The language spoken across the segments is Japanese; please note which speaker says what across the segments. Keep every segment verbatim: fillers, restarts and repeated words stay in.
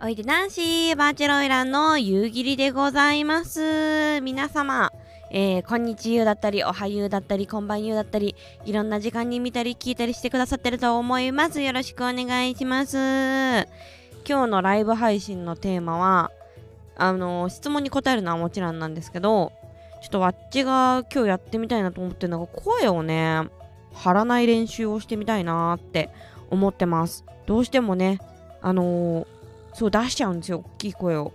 Speaker 1: おいで男子バーチャルオイランの夕霧でございます。皆様、えー、こんにちゆうだったりおはゆうだったりこんばんゆうだったり、いろんな時間に見たり聞いたりしてくださってると思います。よろしくお願いします。今日のライブ配信のテーマはあのー、質問に答えるのはもちろんなんですけど、ちょっとわっちが今日やってみたいなと思ってるのが、声をね張らない練習をしてみたいなーって思ってます。どうしてもねあのーそう出しちゃうんですよ、大きい声を。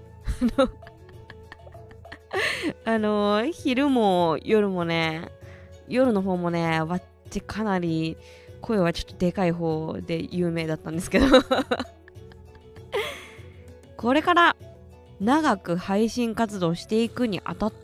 Speaker 1: あのー、昼も夜もね、夜の方もね、わっちかなり声はちょっとでかい方で有名だったんですけどこれから長く配信活動していくにあたって、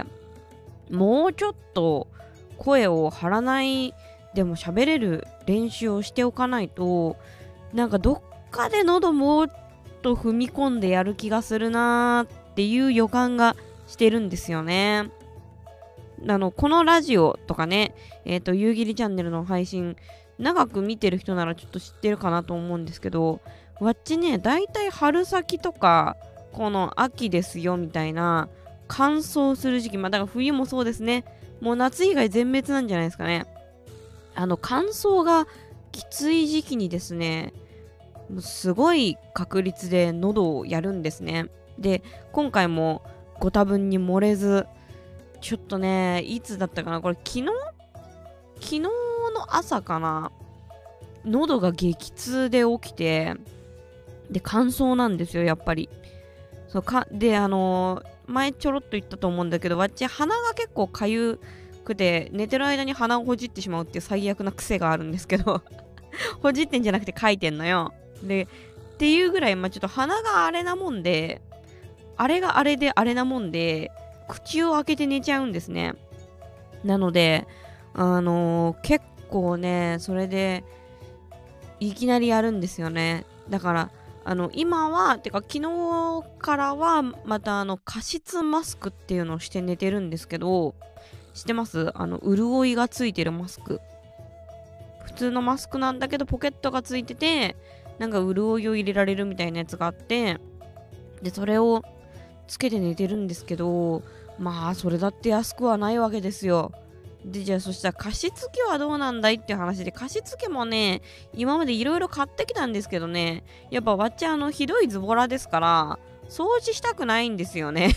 Speaker 1: もうちょっと声を張らないでも喋れる練習をしておかないと、なんかどっかで喉もうと踏み込んでやる気がするなーっていう予感がしてるんですよね。あのこのラジオとかね、えっと夕霧チャンネルの配信長く見てる人ならちょっと知ってるかなと思うんですけど、わっちねだいたい春先とかこの秋ですよみたいな乾燥する時期、まあだから冬もそうですね、もう夏以外全滅なんじゃないですかね。あの乾燥がきつい時期にですね、すごい確率で喉をやるんですね。で今回もご多分に漏れず、ちょっとねいつだったかな、これ昨日昨日の朝かな、喉が激痛で起きて、で乾燥なんですよやっぱり。そうかであのー、前ちょろっと言ったと思うんだけど、わっち鼻が結構かゆくて寝てる間に鼻をほじってしまうっていう最悪な癖があるんですけどほじってんじゃなくて書いてんのよ。でっていうぐらい、まあ、ちょっと鼻があれなもんで、あれがあれであれなもんで口を開けて寝ちゃうんですね。なのであのー、結構ねそれでいきなりやるんですよね。だからあの今はてか昨日からはまたあの加湿マスクっていうのをして寝てるんですけど、知ってます？あの潤いがついてるマスク。普通のマスクなんだけどポケットがついてて、なんか潤いを入れられるみたいなやつがあって、でそれをつけて寝てるんですけど、まあそれだって安くはないわけですよ。でじゃあそしたら加湿器はどうなんだいっていう話で、加湿器もね今までいろいろ買ってきたんですけどね、やっぱわっちあのひどいズボラですから掃除したくないんですよね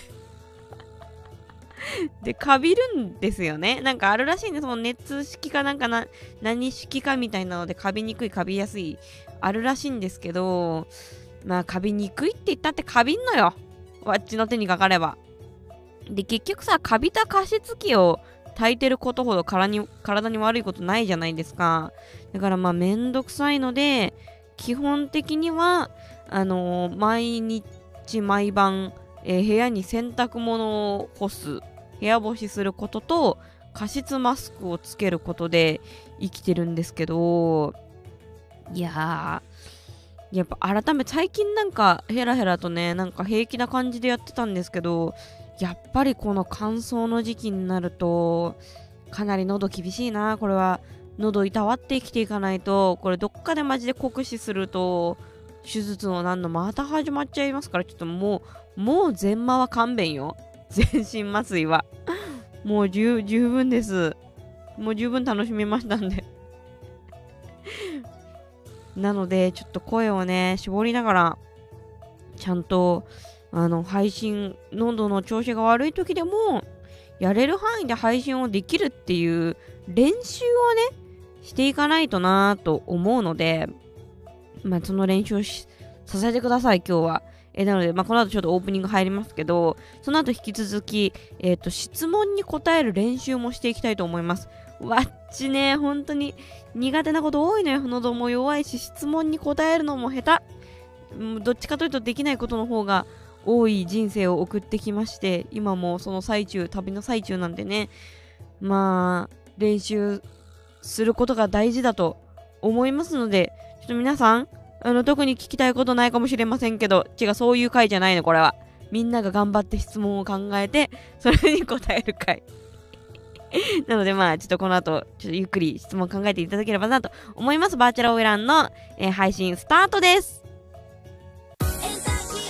Speaker 1: でカビるんですよね。なんかあるらしいんです。その熱式かなんかな何式かみたいなのでカビにくいカビやすいあるらしいんですけど、まあカビにくいって言ったってカビんのよ、わっちの手にかかれば。で結局さ、カビた加湿器を炊いてることほど体に体に悪いことないじゃないですか。だからまあめんどくさいので、基本的にはあのー、毎日毎晩、えー、部屋に洗濯物を干す、部屋干しすることと加湿マスクをつけることで生きてるんですけど、いやーやっぱ改めて最近なんかヘラヘラとねなんか平気な感じでやってたんですけど、やっぱりこの乾燥の時期になるとかなり喉厳しいな。これは喉いたわって生きていかないと、これどっかでマジで酷使すると手術のなんのまた始まっちゃいますから、ちょっともうもう全麻は勘弁よ。全身麻酔はもう十分です。もう十分楽しみましたんでなのでちょっと声をね絞りながら、ちゃんとあの配信、喉の調子が悪い時でもやれる範囲で配信をできるっていう練習をねしていかないとなと思うので、まあその練習をしさせてください今日は。えなので、まあ、この後ちょっとオープニング入りますけど、その後引き続き、えーと、質問に答える練習もしていきたいと思います。わっちね本当に苦手なこと多いのよ。喉も弱いし質問に答えるのも下手、どっちかというとできないことの方が多い人生を送ってきまして、今もその最中、旅の最中なんでね、まあ練習することが大事だと思いますので、ちょっと皆さんあの特に聞きたいことないかもしれませんけど、違う、そういう回じゃないの。これはみんなが頑張って質問を考えてそれに答える回なのでまあちょっとこの後ちょっとゆっくり質問考えていただければなと思います。バーチャルオイランの、えー、配信スタートです。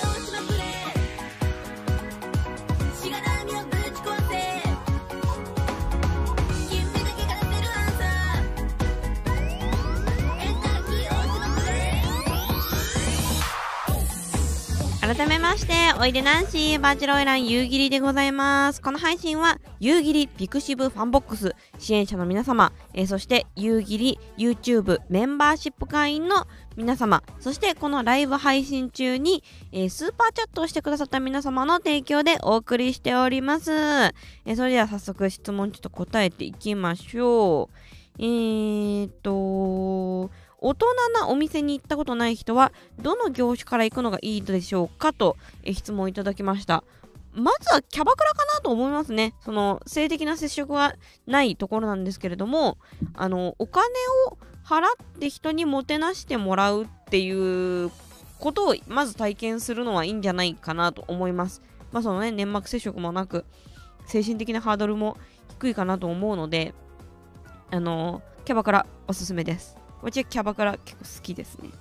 Speaker 1: 改めまして、おいでナンシーバーチャルオイラン夕霧でございます。この配信は夕霧ピクシブファンボックス支援者の皆様、えー、そして夕霧 YouTube メンバーシップ会員の皆様、そしてこのライブ配信中に、えー、スーパーチャットをしてくださった皆様の提供でお送りしております。えー、それでは早速質問ちょっと答えていきましょう。えーっと大人なお店に行ったことない人はどの業種から行くのがいいでしょうかとえ質問いただきました。まずはキャバクラかなと思いますね。その性的な接触はないところなんですけれども、あのお金を払って人にもてなしてもらうっていうことをまず体験するのはいいんじゃないかなと思います。まあそのね、粘膜接触もなく精神的なハードルも低いかなと思うので、あのキャバクラおすすめです。私はキャバクラ結構好きですね。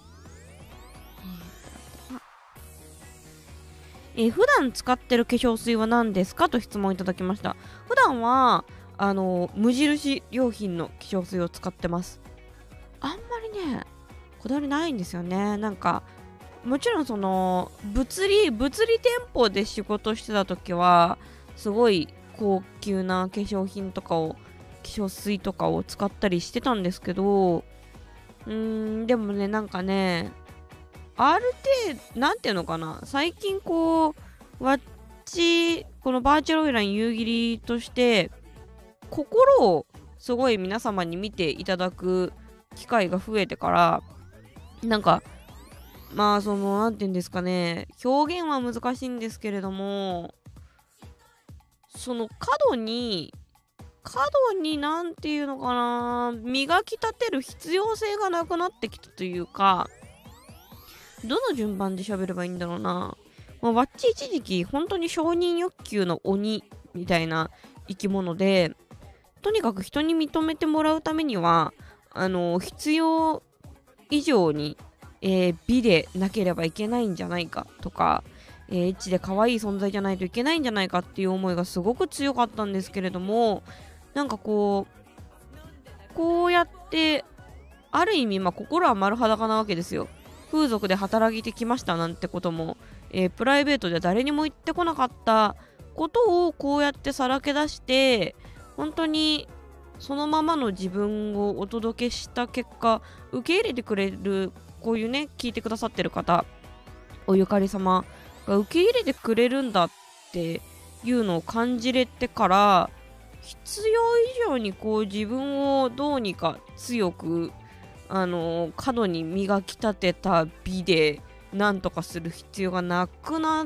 Speaker 1: えー、普段使ってる化粧水は何ですかと質問いただきました。普段はあの無印良品の化粧水を使ってます。あんまりねこだわりないんですよね。なんかもちろんその物理物理店舗で仕事してた時はすごい高級な化粧品とかを化粧水とかを使ったりしてたんですけど、うーんでもねなんかねある程度なんていうのかな、最近こうわっちこのバーチャルオイラン夕霧として心をすごい皆様に見ていただく機会が増えてから、なんかまあそのなんていうんですかね、表現は難しいんですけれども、その過度に過度になんていうのかな、磨き立てる必要性がなくなってきたというか、どの順番で喋ればいいんだろうな。まあ、わっち一時期本当に承認欲求の鬼みたいな生き物で、とにかく人に認めてもらうためにはあの必要以上に、えー、美でなければいけないんじゃないかとか、えー、エッチで可愛い存在じゃないといけないんじゃないかっていう思いがすごく強かったんですけれども、なんかこうこうやってある意味まあ心は丸裸なわけですよ。風俗で働いてきましたなんてことも、えー、プライベートで誰にも言ってこなかったことをこうやってさらけ出して、本当にそのままの自分をお届けした結果受け入れてくれる、こういうね聞いてくださってる方、おゆかり様が受け入れてくれるんだっていうのを感じれてから、必要以上にこう自分をどうにか強くあの過度に磨き立てた美でなんとかする必要がなくなって、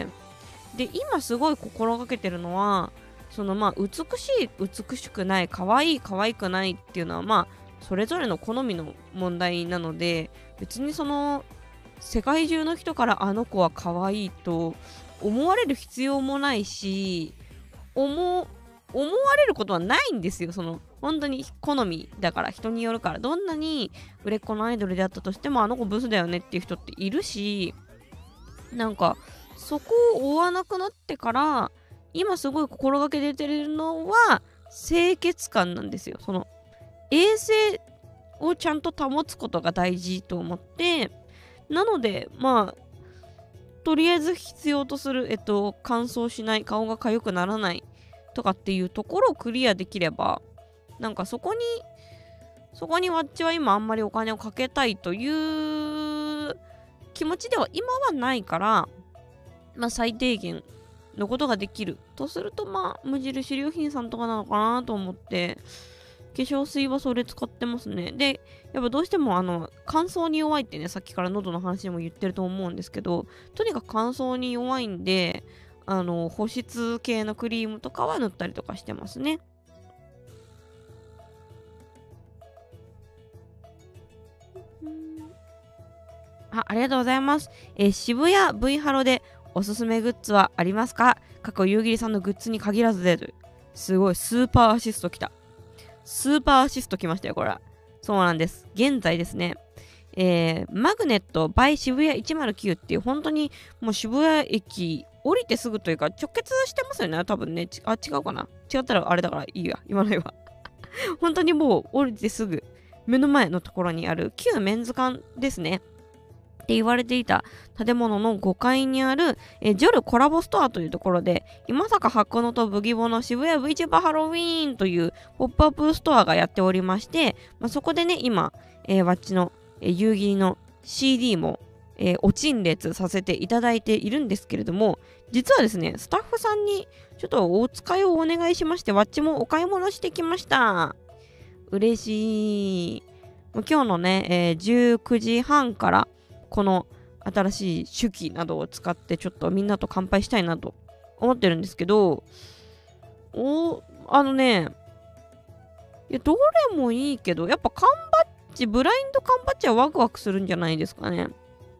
Speaker 1: で今すごい心がけてるのは、そのまあ美しい美しくない、可愛い可愛くないっていうのはまあそれぞれの好みの問題なので、別にその世界中の人からあの子は可愛いと思われる必要もないし、思思われることはないんですよ。その本当に好みだから、人によるから、どんなに売れっ子のアイドルであったとしてもあの子ブスだよねっていう人っているし、なんかそこを追わなくなってから今すごい心がけててるのは清潔感なんですよ。その衛生をちゃんと保つことが大事と思って、なのでまあとりあえず必要とする、えっと乾燥しない、顔が痒くならないとかっていうところをクリアできれば、なんかそこにそこにわっちは今あんまりお金をかけたいという気持ちでは今はないから、まあ最低限のことができるとすると、まあ無印良品さんとかなのかなと思って、化粧水はそれ使ってますね。でやっぱどうしてもあの乾燥に弱いってね、さっきから喉の話でも言ってると思うんですけど、とにかく乾燥に弱いんで、あの保湿系のクリームとかは塗ったりとかしてますね。あ、ありがとうございます。えー、渋谷 V ハロでおすすめグッズはありますか？過去夕霧さんのグッズに限らずで、すごいスーパーアシストきた。スーパーアシストきましたよ、これは。そうなんです。現在ですね、えー、マグネット by 渋谷いちまるきゅうっていう、本当にもう渋谷駅降りてすぐというか直結してますよね、多分ね。あ、違うかな、違ったらあれだからいいや、今のは本当にもう降りてすぐ目の前のところにある旧メンズ館ですね。 って言われていた建物のごかいにあるえジョルコラボストアというところで、今坂箱野とブギボの渋谷 V チューバーハロウィーンというポップアップストアがやっておりまして、まあ、そこでね今、えー、わっちの、えー、夕霧の シーディー も、えー、お陳列させていただいているんですけれども、実はですねスタッフさんにちょっとお使いをお願いしまして、わっちもお買い物してきました。嬉しい。今日のね、えー、じゅうくじはんからこの新しい手記などを使ってちょっとみんなと乾杯したいなと思ってるんですけど、おあのねいやどれもいいけど、やっぱ缶バッジ、ブラインド缶バッジはワクワクするんじゃないですかね。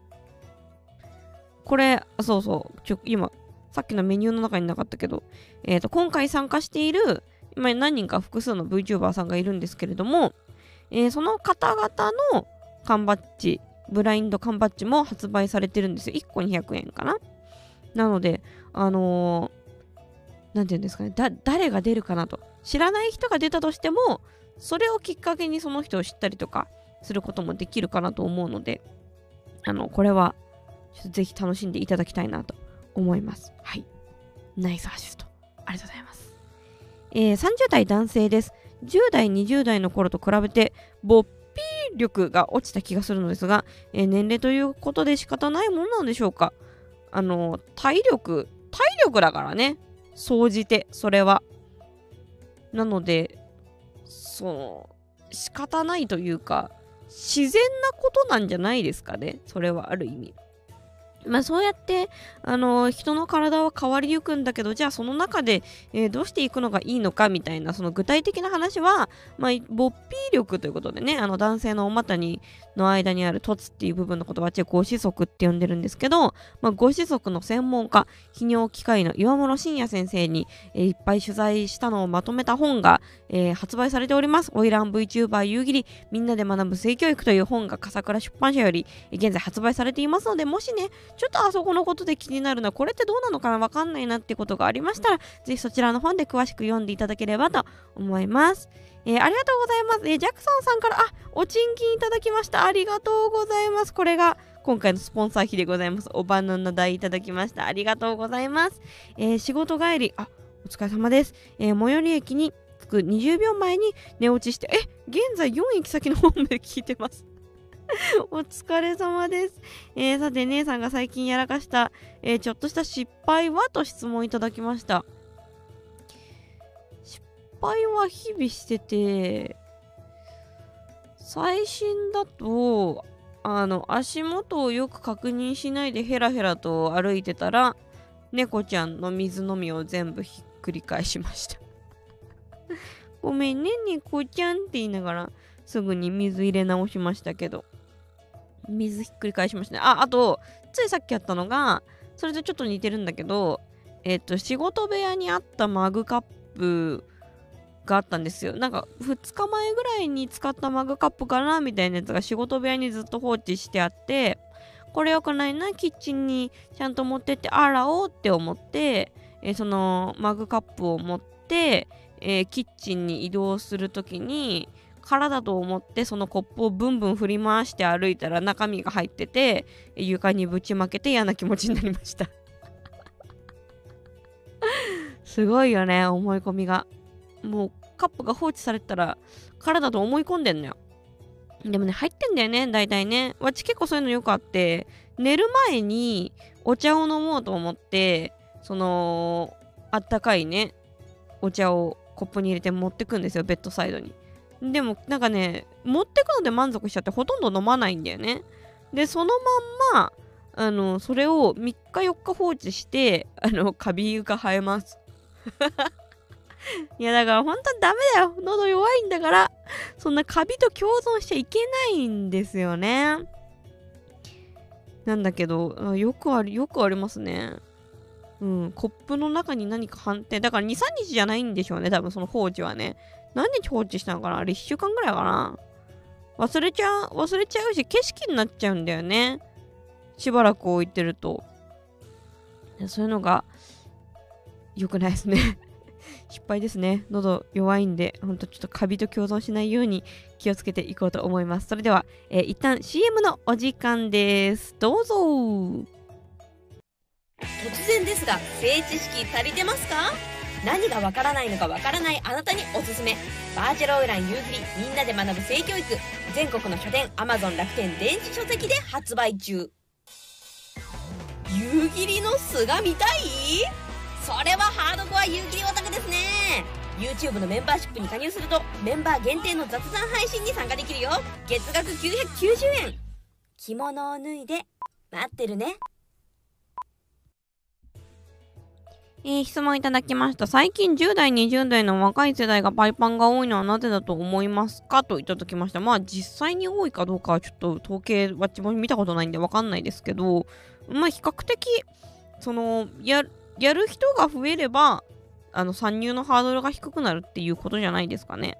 Speaker 1: これそうそうちょ今さっきのメニューの中になかったけど、えーと今回参加している今何人か複数の VTuber さんがいるんですけれども、えー、その方々の缶バッジ、ブラインド缶バッジも発売されてるんですよ。いっこにひゃくえんかな。なので、あのー、なんていうんですかね、だ、誰が出るかなと。知らない人が出たとしても、それをきっかけにその人を知ったりとかすることもできるかなと思うので、あの、これは、ちょっとぜひ楽しんでいただきたいなと思います。はい。ナイスアシスト。ありがとうございます。えー、さんじゅうだい男性です。じゅうだい、にじゅうだいの頃と比べて、ボッピー力が落ちた気がするのですが、えー、年齢ということで仕方ないものなんでしょうか。あの、体力、体力だからね。総じて、それは。なので、そう、仕方ないというか、自然なことなんじゃないですかね。それはある意味。まあそうやって、あのー、人の体は変わりゆくんだけど、じゃあその中で、えー、どうしていくのがいいのかみたいな、その具体的な話は、まあ、ボッピー力ということでね、あの男性のお股にの間にある凸っていう部分のことは、私はご子息って呼んでるんですけど、まあ、ご子息の専門家、泌尿器科医の岩室信也先生に、えー、いっぱい取材したのをまとめた本が、えー、発売されております。花魁 VTuber 夕霧、みんなで学ぶ性教育という本が笠倉出版社より、えー、現在発売されていますので、もしね、ちょっとあそこのことで気になるのはこれってどうなのかなわかんないなってことがありましたら、ぜひそちらの本で詳しく読んでいただければと思います。えー、ありがとうございます。えー、ジャクソンさんからあおちんきんいただきました。ありがとうございます。これが今回のスポンサー費でございます。おばんの代いただきました。ありがとうございます。えー、仕事帰りあお疲れ様です。えー、最寄り駅に着くにじゅうびょうまえに寝落ちしてえ現在よんえき先のホームで聞いてます。お疲れ様です。えー、さて、姉さんが最近やらかした、えー、ちょっとした失敗はと質問いただきました。失敗は日々してて、最新だと、あの、足元をよく確認しないでヘラヘラと歩いてたら、猫ちゃんの水飲みを全部ひっくり返しました。ごめんね、猫ちゃんって言いながら、すぐに水入れ直しましたけど。水ひっくり返しましたね。あ、あと、ついさっきやったのが、それとちょっと似てるんだけど、えっと、仕事部屋にあったマグカップがあったんですよ。なんか、ふつかまえぐらいに使ったマグカップかなみたいなやつが仕事部屋にずっと放置してあって、これよくないな、キッチンにちゃんと持ってって洗おうって思って、えー、そのマグカップを持って、えー、キッチンに移動するときに、空だと思ってそのコップをブンブン振り回して歩いたら中身が入ってて床にぶちまけて嫌な気持ちになりましたすごいよね、思い込みが。もうカップが放置されたら空だと思い込んでんのよ。でもね入ってんだよね、大体ね。わち結構そういうのよくあって、寝る前にお茶を飲もうと思ってそのあったかいねお茶をコップに入れて持ってくんですよ、ベッドサイドに。でもなんかね持ってくので満足しちゃってほとんど飲まないんだよね。でそのまんまあのそれをみっかよっか放置してあのカビが生えますいやだからほんとダメだよ、喉弱いんだから。そんなカビと共存しちゃいけないんですよね。なんだけどよくあるよくありますね。うん、コップの中に何か反転だからにさんにちじゃないんでしょうね、多分その放置はね。何日放置したのかな、あれいっしゅうかんぐらいかな。忘れちゃう忘れちゃうし景色になっちゃうんだよね、しばらく置いてると。そういうのが良くないですね失敗ですね。喉弱いんで、ほんとちょっとカビと共存しないように気をつけていこうと思います。それでは、えー、一旦 シーエム のお時間です。どうぞ。突
Speaker 2: 然ですが、性知識足りてますか？何がわからないのかわからないあなたにおすすめ。バーチャルオイラン夕霧みんなで学ぶ性教育、全国の書店 Amazon 楽天電子書籍で発売中。夕霧の素が見たい？それはハードコア夕霧オタクですね。 YouTube のメンバーシップに加入するとメンバー限定の雑談配信に参加できるよ。月額きゅうひゃくきゅうじゅうえん。着物を脱いで待ってるね。
Speaker 1: えー、質問いただきました。最近じゅう代にじゅう代の若い世代がパイパンが多いのはなぜだと思いますかといただきました。まあ実際に多いかどうかはちょっと統計は自分見たことないんでわかんないですけど、まあ比較的そのややる人が増えればあの参入のハードルが低くなるっていうことじゃないですかね。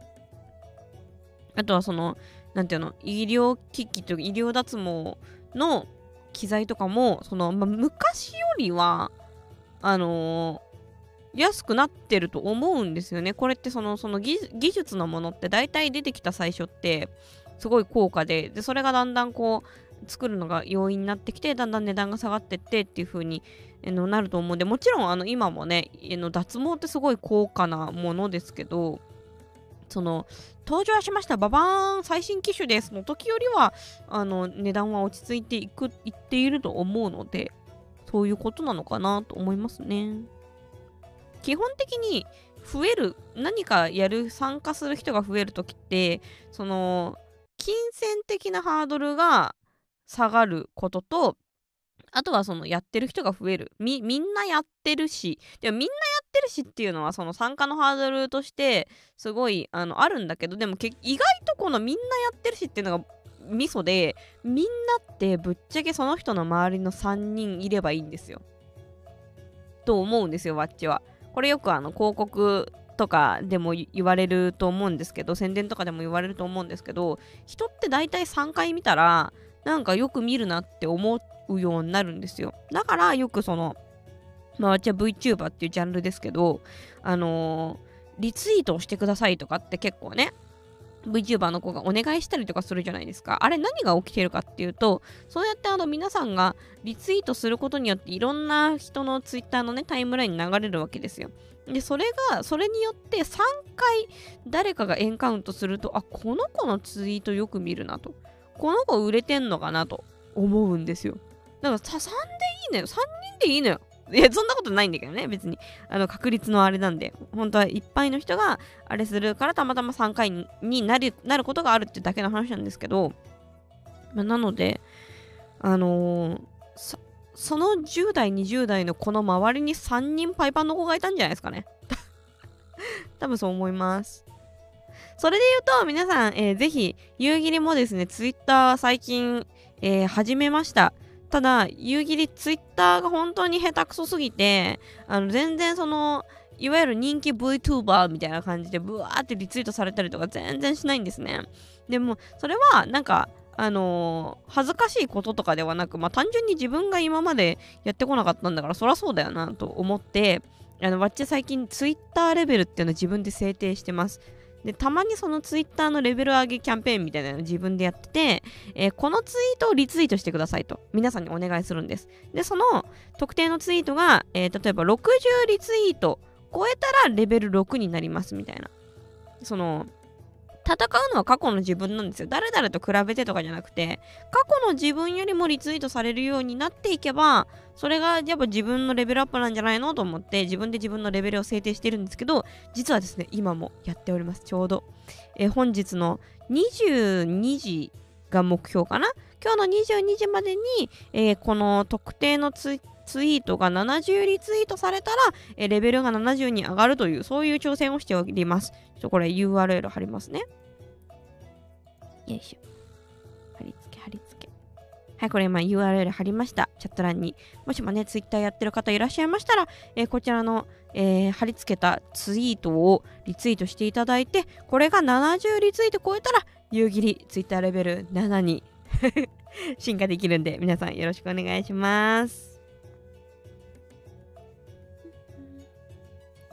Speaker 1: あとはそのなんていうの、医療機器というか医療脱毛の機材とかもその、まあ、昔よりはあのー、安くなってると思うんですよね。これってそのその技術のものって大体出てきた最初ってすごい高価で、でそれがだんだんこう作るのが容易になってきて、だんだん値段が下がってってっていう風にえのなると思うんで、もちろんあの今もねえの脱毛ってすごい高価なものですけど、その登場しましたババーン最新機種ですの時よりはあの値段は落ち着いていくいっていると思うので、そういうことなのかなと思いますね。基本的に増える、何かやる参加する人が増えるときって、その金銭的なハードルが下がることと、あとはそのやってる人が増える。みみんなやってるし、でもみんなやってるしっていうのはその参加のハードルとしてすごいあのあるんだけど、でもけ意外とこのみんなやってるしっていうのがミソで、みんなってぶっちゃけその人の周りのさんにんいればいいんですよと思うんですよ、わっちは。これよくあの広告とかでも言われると思うんですけど、宣伝とかでも言われると思うんですけど、人って大体さんかい見たらなんかよく見るなって思うようになるんですよ。だからよくそのまあわっちは VTuber っていうジャンルですけど、あのー、リツイートをしてくださいとかって結構ねVTuber の子がお願いしたりとかするじゃないですか。あれ何が起きてるかっていうと、そうやってあの皆さんがリツイートすることによっていろんな人の Twitter のねタイムラインに流れるわけですよ。でそれがそれによってさんかい誰かがエンカウントすると、あ、この子のツイートよく見るなと、この子売れてんのかなと思うんですよ。だからささんでいいのよ、さんにんでいいのよ。いや、そんなことないんだけどね、別に。あの、確率のあれなんで。本当はいっぱいの人があれするから、たまたまさんかいになる、なることがあるってだけの話なんですけど、まあ、なので、あのー、そ、そのじゅう代、にじゅう代のこの周りにさんにんパイパンの子がいたんじゃないですかね。多分そう思います。それで言うと、皆さん、えー、ぜひ、夕霧もですね、ツイッター最近、えー、始めました。ただ、夕霧ツイッターが本当に下手くそすぎて、あの全然その、いわゆる人気 VTuber みたいな感じでブワーってリツイートされたりとか全然しないんですね。でも、それはなんか、あのー、恥ずかしいこととかではなく、まあ単純に自分が今までやってこなかったんだから、そりゃそうだよなと思って、あの、わっち最近ツイッターレベルっていうのを自分で制定してます。でたまにそのツイッターのレベル上げキャンペーンみたいなのを自分でやってて、えー、このツイートをリツイートしてくださいと皆さんにお願いするんです。でその特定のツイートが、えー、例えばろくじゅうリツイート超えたらレベルろくになりますみたいな、その戦うのは過去の自分なんですよ。誰々と比べてとかじゃなくて、過去の自分よりもリツイートされるようになっていけば、それがやっぱ自分のレベルアップなんじゃないのと思って自分で自分のレベルを制定してるんですけど、実はですね今もやっております。ちょうど、えー、本日のにじゅうにじが目標かな。今日のにじゅうにじまでに、えー、この特定のツイツイートがななじゅうリツイートされたら、えー、レベルがななじゅうに上がるという、そういう挑戦をしております。ちょっとこれ ユーアールエル 貼りますね。よいしょ。貼り付け貼り付け。はい、これ今 ユーアールエル 貼りました。チャット欄に。もしもね、ツイッターやってる方いらっしゃいましたら、えー、こちらの、えー、貼り付けたツイートをリツイートしていただいて、これがななじゅうリツイート超えたら、夕霧ツイッターレベルななに進化できるんで、皆さんよろしくお願いします。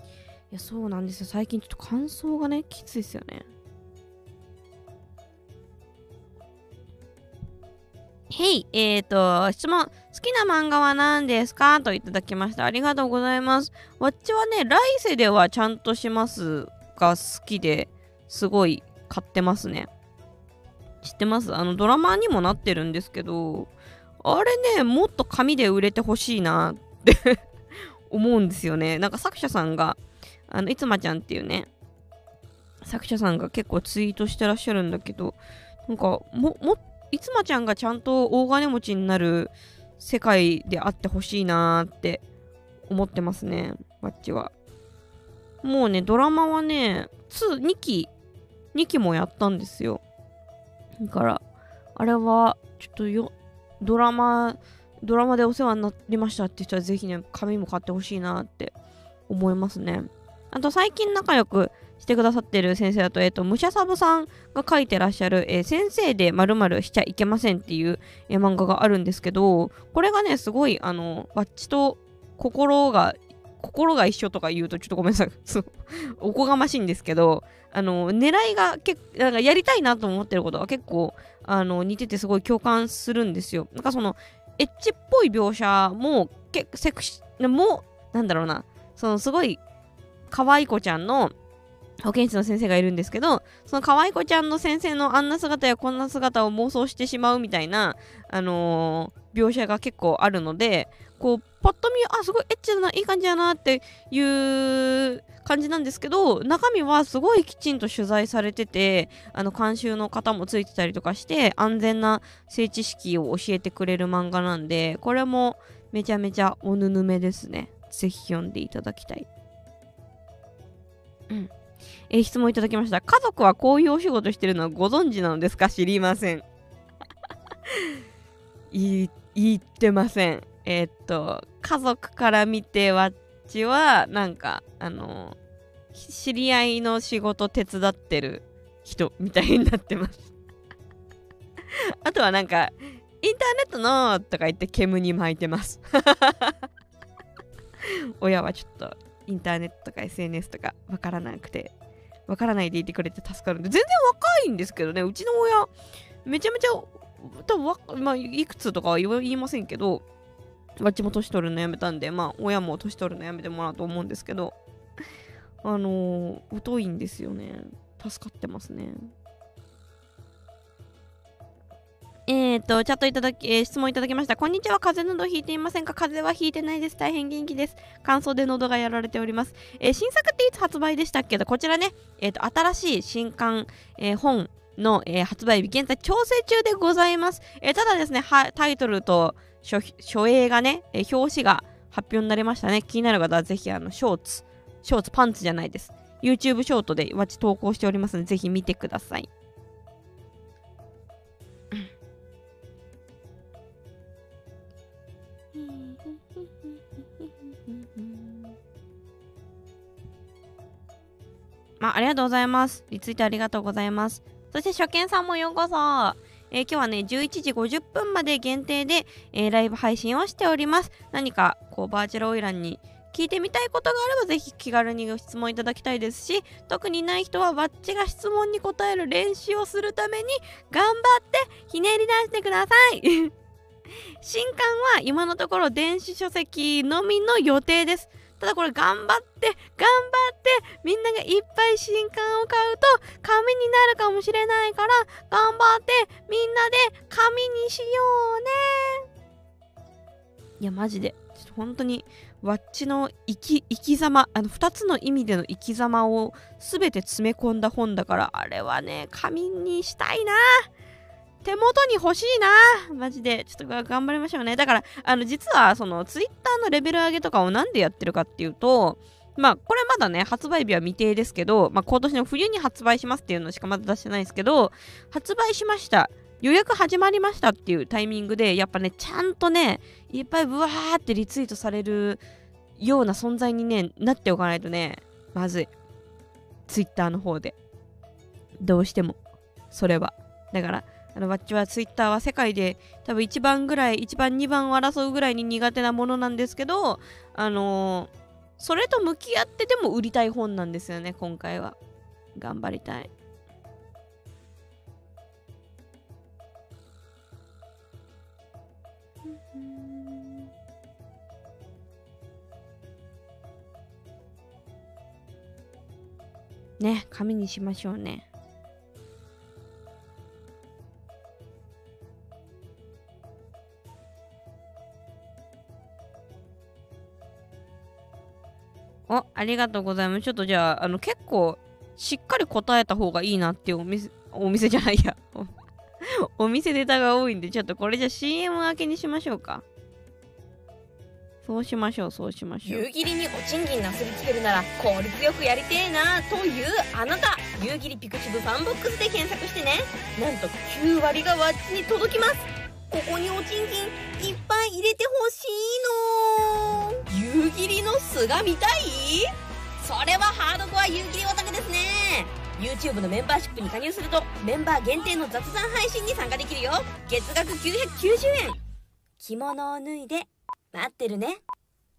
Speaker 1: や、そうなんですよ。最近ちょっと乾燥がね、きついですよね。へい、えーと、質問。好きな漫画は何ですかといただきました。ありがとうございます。わっちはね、来世ではちゃんとしますが好きで、すごい買ってますね。知ってます？あの、ドラマにもなってるんですけど、あれね、もっと紙で売れてほしいなって思うんですよね。なんか作者さんが、あの、いつまちゃんっていうね、作者さんが結構ツイートしてらっしゃるんだけど、なんか、も、も、いつまちゃんがちゃんと大金持ちになる世界であってほしいなーって思ってますね、わっちは。もうね、ドラマはね、にき、にきもやったんですよ。だから、あれは、ちょっとよ、ドラマ、ドラマでお世話になりましたって人はぜひね、紙も買ってほしいなって思いますね。あと最近仲良くしてくださってる先生だと、えっ、ー、と、ムシャサブさんが書いてらっしゃる、えー、先生で〇〇しちゃいけませんっていう、えー、漫画があるんですけど、これがね、すごい、あの、わっちと心が、心が一緒とか言うとちょっとごめんなさい。おこがましいんですけど、あの、狙いが結構、なんかやりたいなと思ってることが結構、あの、似ててすごい共感するんですよ。なんかその、エッチっぽい描写も、結構セクシー、もう、なんだろうな、そのすごい、可愛い子ちゃんの保健室の先生がいるんですけど、その可愛い子ちゃんの先生のあんな姿やこんな姿を妄想してしまうみたいな、あのー、描写が結構あるので、こう、パッと見、あ、すごいエッチだな、いい感じだなっていう感じなんですけど、中身はすごいきちんと取材されてて、あの、監修の方もついてたりとかして、安全な性知識を教えてくれる漫画なんで、これもめちゃめちゃおぬぬめですね。ぜひ読んでいただきたい。うん。えー、質問いただきました。家族はこういうお仕事してるのはご存知なのですか？知りません。い言ってません。えー、っと、家族から見てわっちは、なんか、あのー、知り合いの仕事手伝ってる人みたいになってます。あとはなんか、インターネットのとか言って煙に巻いてます。親はちょっとインターネットとか エスエヌエス とかわからなくて、わからないでいてくれて助かるんで、全然若いんですけどね、うちの親、めちゃめちゃ、多分わ、まあ、いくつとかは言いませんけど、わっちも年取るのやめたんで、まあ、親も年取るのやめてもらうと思うんですけど、あのー、疎いんですよね。助かってますね。えーと、チャットいただき、えー、質問いただきました。こんにちは。風邪などひいていませんか？風邪はひいてないです。大変元気です。乾燥で喉がやられております。えー、新作っていつ発売でしたっけ？こちらね、えーと、新しい新刊、えー、本の、えー、発売日、現在調整中でございます。えー、ただですね、タイトルと書影がね、えー、表紙が発表になりましたね。気になる方はぜひ、あの、ショーツ、ショーツ、パンツじゃないです。YouTube ショートでわっち投稿しておりますので、ぜひ見てください。まあ、ありがとうございます。リツイートありがとうございます。そして初見さんもようこそ。えー、今日はね、じゅういちじごじゅっぷんまで限定で、えー、ライブ配信をしております。何か、こう、バーチャルオイランに聞いてみたいことがあれば、ぜひ気軽にご質問いただきたいですし、特にない人は、わっちが質問に答える練習をするために、頑張ってひねり出してください。新刊は今のところ電子書籍のみの予定です。ただこれ頑張って、頑張ってみんながいっぱい新刊を買うと紙になるかもしれないから、頑張ってみんなで紙にしようね。いやマジでちょっと本当にわっちの生き生き様、あのふたつの意味での生き様をすべて詰め込んだ本だから、あれはね紙にしたいな。手元に欲しいな。マジでちょっと頑張りましょうね。だからあの実はそのツイッターのレベル上げとかをなんでやってるかっていうと、まあこれまだね発売日は未定ですけど、まあ今年の冬に発売しますっていうのしかまだ出してないですけど、発売しました、予約始まりましたっていうタイミングでやっぱねちゃんとねいっぱいブワーってリツイートされるような存在にねなっておかないとねまずい。ツイッターの方でどうしてもそれはだから、あのわっちはツイッターは世界で多分いちばんぐらいいちばんにばんを争うぐらいに苦手なものなんですけど、あのそれと向き合ってでも売りたい本なんですよね、今回は。頑張りたい。ね、紙にしましょうね。お、ありがとうございます。ちょっとじゃあ、あの、結構、しっかり答えた方がいいなっていうお店、お店じゃないや。お店ネタが多いんで、ちょっとこれじゃ シーエム 明けにしましょうか。そうしましょう、そうしましょう。
Speaker 2: 夕霧にお賃金なすりつけるなら効率よくやりてえなというあなた、夕霧ピクシブファンボックスで検索してね。なんときゅうわりがワッチに届きます。ここにお賃金いっぱい入れてほしいの。夕霧の巣が見たい？それはハードコア夕霧オタクですね。 YouTube のメンバーシップに加入するとメンバー限定の雑談配信に参加できるよ。月額きゅうひゃくきゅうじゅうえん。着物を脱いで待ってるね。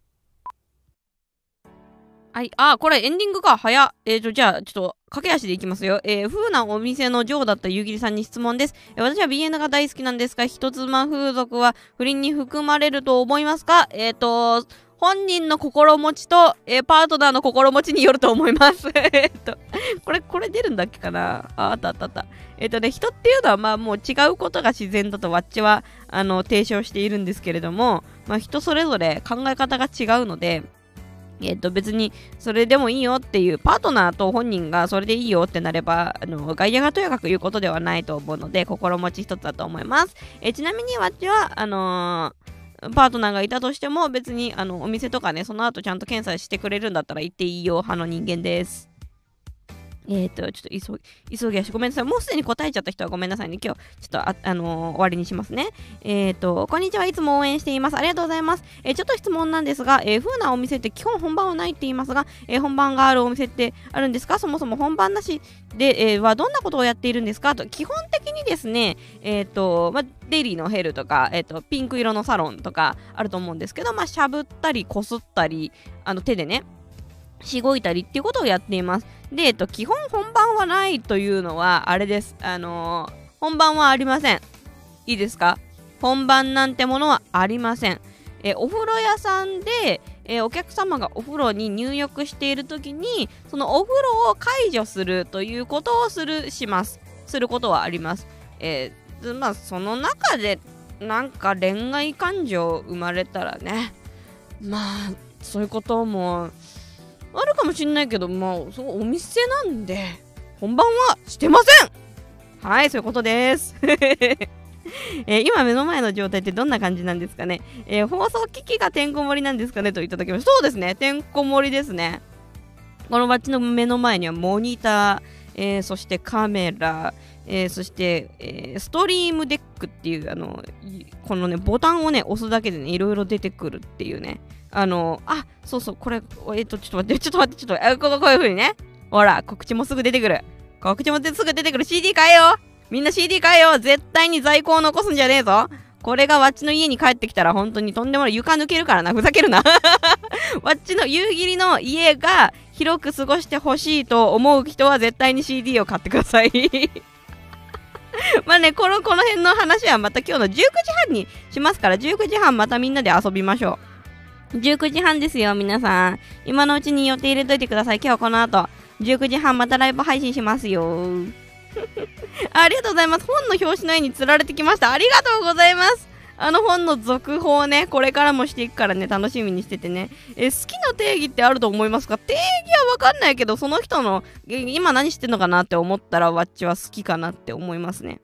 Speaker 1: はい、あ、これエンディングか、早っ。えーと、じゃあ、ちょっと、駆け足でいきますよ。えー、風なお店の嬢だった夕霧さんに質問です。えー、私は ビーエヌ が大好きなんですが、人妻風俗は不倫に含まれると思いますか？えーと、本人の心持ちと、えー、パートナーの心持ちによると思います。えっと、これ、これ出るんだっけかなあ、あったあったあった。えっとね、人っていうのは、まあもう違うことが自然だとわっちは、あの、提唱しているんですけれども、まあ人それぞれ考え方が違うので、えっと別にそれでもいいよっていうパートナーと本人がそれでいいよってなればあの外野がとやかく言うことではないと思うので心持ち一つだと思います。えちなみにわっちはあのー、パートナーがいたとしても別にあのお店とかねその後ちゃんと検査してくれるんだったら行っていいよ派の人間です。えっ、ー、と、ちょっと急、急ぎ足ごめんなさい。もうすでに答えちゃった人はごめんなさいね。今日、ちょっとあ、あのー、終わりにしますね。えっ、ー、と、こんにちは。いつも応援しています。ありがとうございます。えー、ちょっと質問なんですが、えー、風なお店って基本本番はないって言いますが、えー、本番があるお店ってあるんですか？そもそも本番なしで、えー、はどんなことをやっているんですか？と、基本的にですね、えっ、ー、と、まあ、デイリーのヘルとか、えっ、ー、と、ピンク色のサロンとかあると思うんですけど、まあ、しゃぶったり、こすったり、あの、手でね、しごいたりっていうことをやっています。で、えっと、基本本番はないというのは、あれです。あのー、本番はありません。いいですか？本番なんてものはありません。えー、お風呂屋さんで、えー、お客様がお風呂に入浴しているときに、そのお風呂を解除するということをする、します。することはあります。えー、まあ、その中で、なんか恋愛感情生まれたらね、まあ、そういうことも、あるかもしんないけど、まあ、そうお店なんで、本番はしてません。はい、そういうことです。えー、今目の前の状態ってどんな感じなんですかね。えー、放送機器がてんこ盛りなんですかねといただきました。そうですね、てんこ盛りですね。このバッチの目の前にはモニター、えー、そしてカメラ、えー、そして、えー、ストリームデックっていうあのこのねボタンをね押すだけでねいろいろ出てくるっていうねあのあそうそうこれえっ、ー、とちょっと待ってちょっと待ってちょっとあこここういう風にねほら告知もすぐ出てくる告知もすぐ出てくる シーディー 買えよみんな シーディー 買えよ絶対に在庫を残すんじゃねえぞこれがわっちの家に帰ってきたら本当にとんでもない床抜けるからなふざけるなわっちの夕霧の家が広く過ごしてほしいと思う人は絶対に シーディー を買ってくださいまあねこのこの辺の話はまた今日のじゅうくじはんにしますからじゅうくじはんまたみんなで遊びましょうじゅうくじはんですよ皆さん今のうちに予定入れといてください今日この後じゅうくじはんまたライブ配信しますよありがとうございます本の表紙の絵に釣られてきましたありがとうございますあの本の続報ねこれからもしていくからね楽しみにしててねえ好きな定義ってあると思いますか定義は分かんないけどその人の今何してんのかなって思ったらわっちは好きかなって思いますね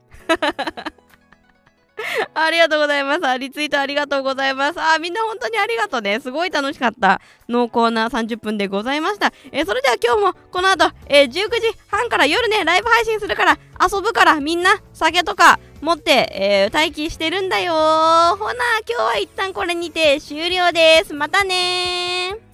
Speaker 1: ありがとうございます。リツイートありがとうございます。あ、みんな本当にありがとうね。すごい楽しかった濃厚なさんじゅっぷんでございました。えー、それでは今日もこの後、えー、じゅうくじはんから夜ね、ライブ配信するから遊ぶからみんな酒とか持って、えー、待機してるんだよ。ほな、今日は一旦これにて終了です。またねー。